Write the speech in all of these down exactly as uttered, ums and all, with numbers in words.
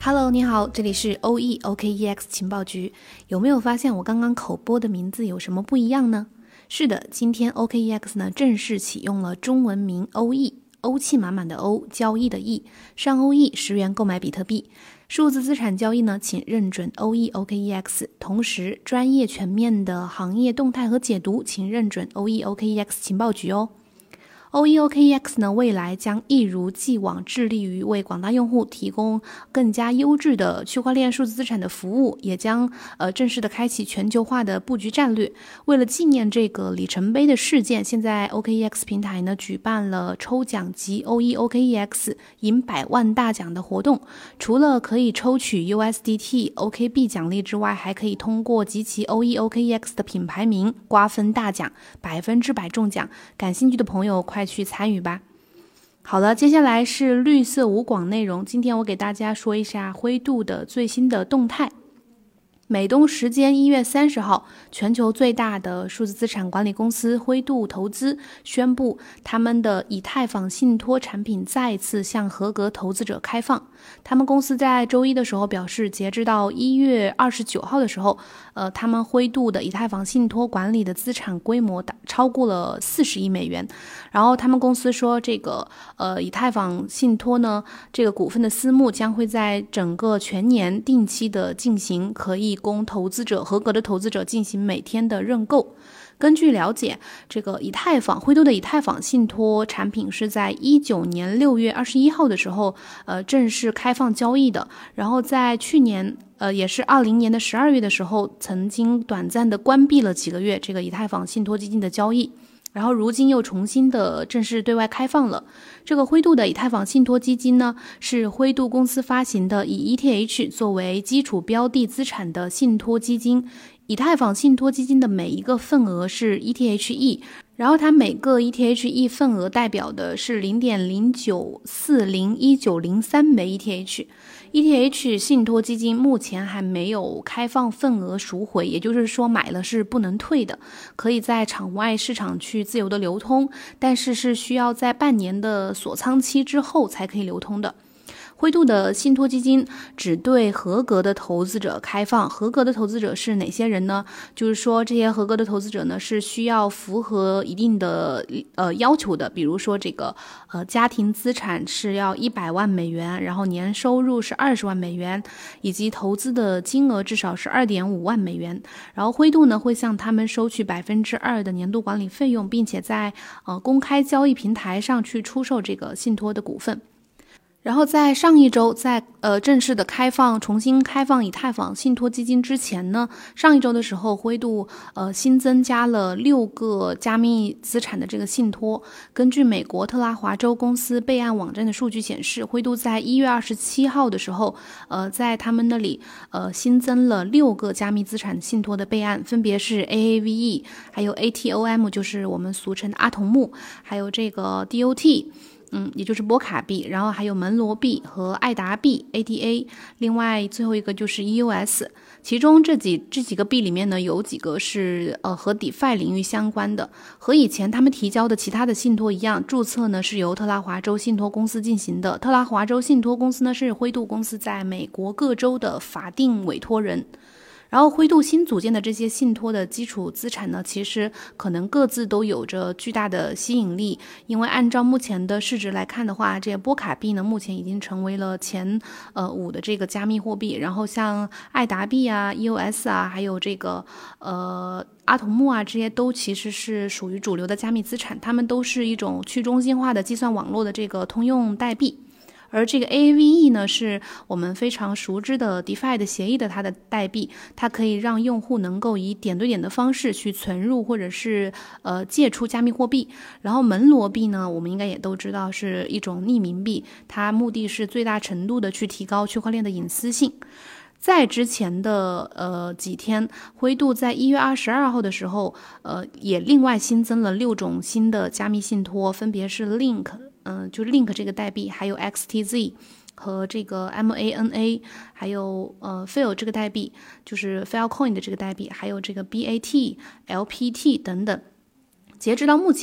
Hello， 你好，这里是 O E O K E X 情报局。有没有发现我刚刚口播的名字有什么不一样呢？是的，今天 O K E X 呢正式启用了中文名 O E， 欧气满满的欧，交易的易，上 O E 十元购买比特币。数字资产交易呢，请认准 O E O K E X。同时，专业全面的行业动态和解读，请认准 O E O K E X 情报局哦。O E O K E X 呢，未来将一如既往致力于为广大用户提供更加优质的区块链数字资产的服务，也将呃正式的开启全球化的布局战略。为了纪念这个里程碑的事件，现在 O K E X 平台呢举办了抽奖及 O E O K E X 赢百万大奖的活动。除了可以抽取 U S D T、O K 币奖励之外，还可以通过集齐 O E O K E X 的品牌名瓜分大奖，百分之百中奖。感兴趣的朋友快去参与吧。好了，接下来是绿色无广内容。今天我给大家说一下灰度的最新的动态。美东时间一月三十号，全球最大的数字资产管理公司灰度投资宣布，他们的以太坊信托产品再次向合格投资者开放。他们公司在周一的时候表示，截至到一月二十九号的时候，呃，他们灰度的以太坊信托管理的资产规模超过了四十亿美元。然后他们公司说，这个呃以太坊信托呢，这个股份的私募将会在整个全年定期的进行，可以供投资者合格的投资者进行每天的认购。根据了解，这个以太坊灰度的以太坊信托产品是在一九年六月二十一号的时候，呃，正式开放交易的。然后在去年，呃，也是二零年的十二月的时候，曾经短暂的关闭了几个月这个以太坊信托基金的交易。然后如今又重新的正式对外开放了。这个灰度的以太坊信托基金呢，是灰度公司发行的以 E T H 作为基础标的资产的信托基金。以太坊信托基金的每一个份额是 E T H E， 然后它每个 E T H E 份额代表的是 零点零九四零一九零三 枚 E T H。E T H 信托基金目前还没有开放份额赎回，也就是说买了是不能退的，可以在场外市场去自由的流通，但是是需要在半年的锁仓期之后才可以流通的。灰度的信托基金只对合格的投资者开放。合格的投资者是哪些人呢？就是说这些合格的投资者呢是需要符合一定的呃要求的，比如说这个呃家庭资产是要一百万美元，然后年收入是二十万美元，以及投资的金额至少是二点五万美元。然后灰度呢会向他们收取百分之二的年度管理费用，并且在呃公开交易平台上去出售这个信托的股份。然后在上一周，在呃正式的开放、重新开放以太坊信托基金之前呢，上一周的时候，灰度呃新增加了六个加密资产的这个信托。根据美国特拉华州公司备案网站的数据显示，灰度在一月二十七号的时候，呃在他们那里呃新增了六个加密资产信托的备案，分别是 A A V E， 还有 A T O M， 就是我们俗称的阿童木，还有这个 D O T。嗯，也就是波卡币，然后还有门罗币和爱达币 A D A， 另外最后一个就是 E U S。其中这几这几个币里面呢，有几个是呃和 DeFi 领域相关的，和以前他们提交的其他的信托一样，注册呢是由特拉华州信托公司进行的。特拉华州信托公司呢是灰度公司在美国各州的法定委托人。然后灰度新组建的这些信托的基础资产呢，其实可能各自都有着巨大的吸引力，因为按照目前的市值来看的话，这些波卡币呢目前已经成为了前呃五的这个加密货币，然后像爱达币啊、E U S 啊，还有这个呃阿童木啊，这些都其实是属于主流的加密资产，它们都是一种去中心化的计算网络的这个通用代币。而这个 A A V E 呢，是我们非常熟知的 DeFi 的协议的它的代币，它可以让用户能够以点对点的方式去存入或者是呃借出加密货币。然后门罗币呢，我们应该也都知道是一种匿名币，它目的是最大程度的去提高区块链的隐私性。在之前的呃几天，灰度在一月二十二号的时候，呃也另外新增了六种新的加密信托，分别是 Link， 嗯、呃，就 Link 这个代币，还有 X T Z 和这个 M A N A， 还有呃 Fail 这个代币，就是 Filecoin 的这个代币，还有这个 B A T、L P T 等等。截止到目前，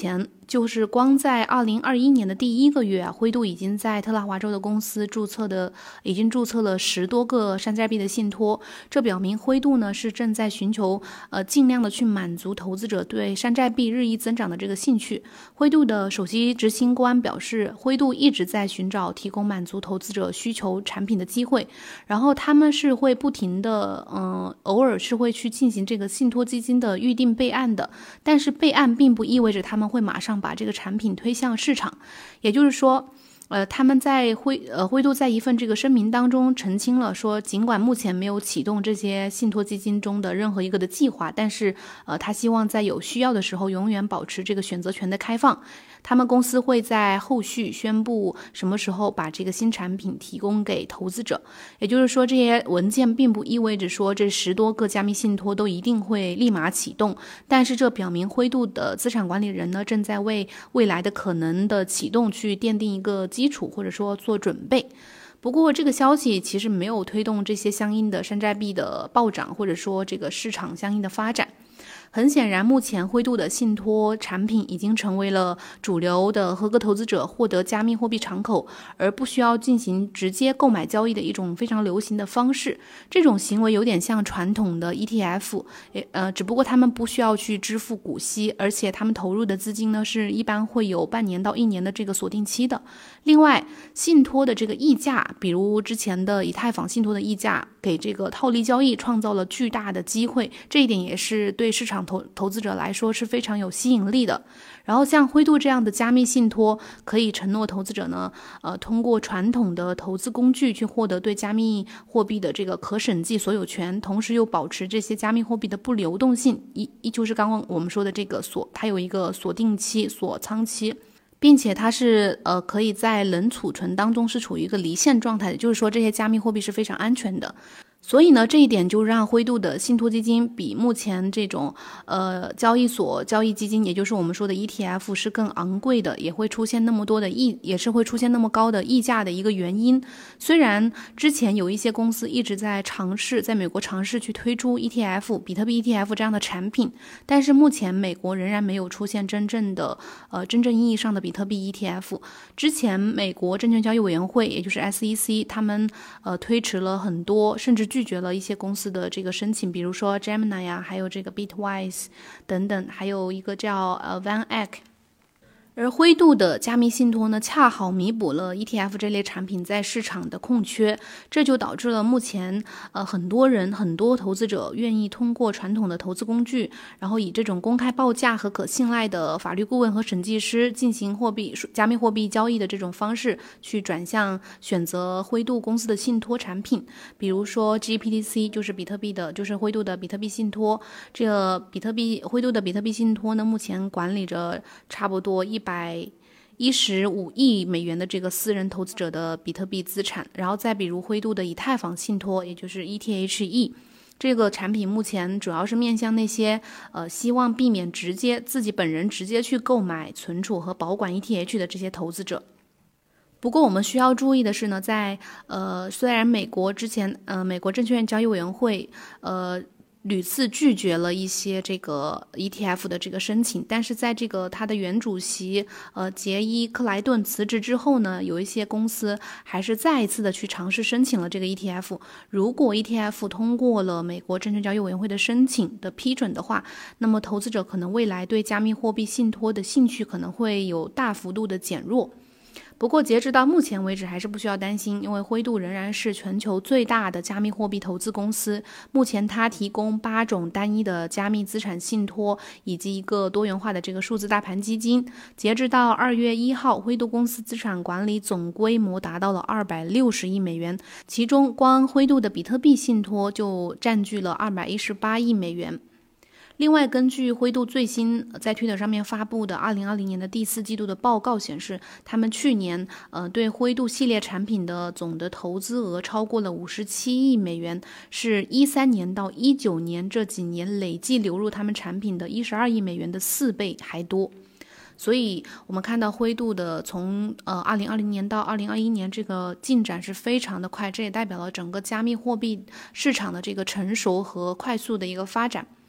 就是光在二零二一年的第一个月啊，灰度已经在特拉华州的公司注册的，已经注册了十多个山寨币的信托。这表明灰度呢是正在寻求呃尽量的去满足投资者对山寨币日益增长的这个兴趣。灰度的首席执行官表示，灰度一直在寻找提供满足投资者需求产品的机会，然后他们是会不停的，嗯、呃，偶尔是会去进行这个信托基金的预定备案的，但是备案并不意味着他们会马上把这个产品推向市场。也就是说，呃，他们在灰呃灰度在一份这个声明当中澄清了说，尽管目前没有启动这些信托基金中的任何一个的计划，但是呃，他希望在有需要的时候永远保持这个选择权的开放。他们公司会在后续宣布什么时候把这个新产品提供给投资者。也就是说，这些文件并不意味着说这十多个加密信托都一定会立马启动，但是这表明灰度的资产管理人呢正在为未来的可能的启动去奠定一个基础，或者说做准备。不过这个消息其实没有推动这些相应的山寨币的暴涨，或者说这个市场相应的发展。很显然，目前灰度的信托产品已经成为了主流的合格投资者获得加密货币敞口，而不需要进行直接购买交易的一种非常流行的方式。这种行为有点像传统的 E T F， 呃，只不过他们不需要去支付股息，而且他们投入的资金呢是一般会有半年到一年的这个锁定期的。另外，信托的这个溢价，比如之前的以太坊信托的溢价，给这个套利交易创造了巨大的机会，这一点也是对市场投投资者来说是非常有吸引力的。然后像灰度这样的加密信托，可以承诺投资者呢，呃，通过传统的投资工具去获得对加密货币的这个可审计所有权，同时又保持这些加密货币的不流动性，一一就是刚刚我们说的这个锁，它有一个锁定期、锁仓期。并且它是呃可以在冷储存当中是处于一个离线状态的，就是说这些加密货币是非常安全的。所以呢，这一点就让灰度的信托基金比目前这种呃交易所交易基金，也就是我们说的 E T F 是更昂贵的，也会出现那么多的溢，也是会出现那么高的溢价的一个原因。虽然之前有一些公司一直在尝试，在美国尝试去推出 E T F、比特币 E T F 这样的产品，但是目前美国仍然没有出现真正的呃真正意义上的比特币 E T F。之前美国证券交易委员会，也就是 S E C， 他们呃推迟了很多，甚至拒绝了一些公司的这个申请，比如说 Gemini 呀、啊，还有这个 Bitwise 等等，还有一个叫呃 Van Eck。而灰度的加密信托呢，恰好弥补了 E T F 这类产品在市场的空缺，这就导致了目前呃很多人很多投资者愿意通过传统的投资工具，然后以这种公开报价和可信赖的法律顾问和审计师进行货币加密货币交易的这种方式，去转向选择灰度公司的信托产品。比如说 G P T C 就是比特币的，就是灰度的比特币信托。这个比特币灰度的比特币信托呢，目前管理着差不多一百一十五亿美元的这个私人投资者的比特币资产。然后再比如灰度的以太坊信托，也就是 E T H E， 这个产品目前主要是面向那些呃希望避免直接自己本人直接去购买、存储和保管 E T H 的这些投资者。不过我们需要注意的是呢，在呃虽然美国之前呃美国证券交易委员会呃屡次拒绝了一些这个 E T F 的这个申请，但是在这个他的原主席呃杰伊克莱顿辞职之后呢，有一些公司还是再一次的去尝试申请了这个 E T F。如果 E T F 通过了美国证券交易委员会的申请的批准的话，那么投资者可能未来对加密货币信托的兴趣可能会有大幅度的减弱。不过截止到目前为止还是不需要担心，因为灰度仍然是全球最大的加密货币投资公司。目前它提供八种单一的加密资产信托，以及一个多元化的这个数字大盘基金。截止到二月一号，灰度公司资产管理总规模达到了二百六十亿美元，其中光灰度的比特币信托就占据了二百一十八亿美元。另外，根据灰度最新在 Twitter 上面发布的二零二零年的第四季度的报告显示，他们去年呃对灰度系列产品的总的投资额超过了五十七亿美元，是一三年到一九年这几年累计流入他们产品的一十二亿美元的四倍还多。所以我们看到灰度的从呃二零二零年到二零二一年这个进展是非常的快，这也代表了整个加密货币市场的这个成熟和快速的一个发展。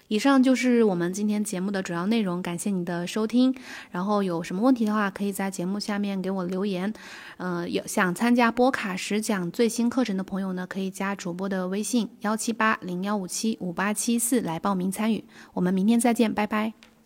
以上就是我们今天节目的主要内容，感谢你的收听。然后有什么问题的话，可以在节目下面给我留言。呃，有想参加波卡实讲最新课程的朋友呢，可以加主播的微信幺七八零幺五七五八七四来报名参与。我们明天再见，拜拜。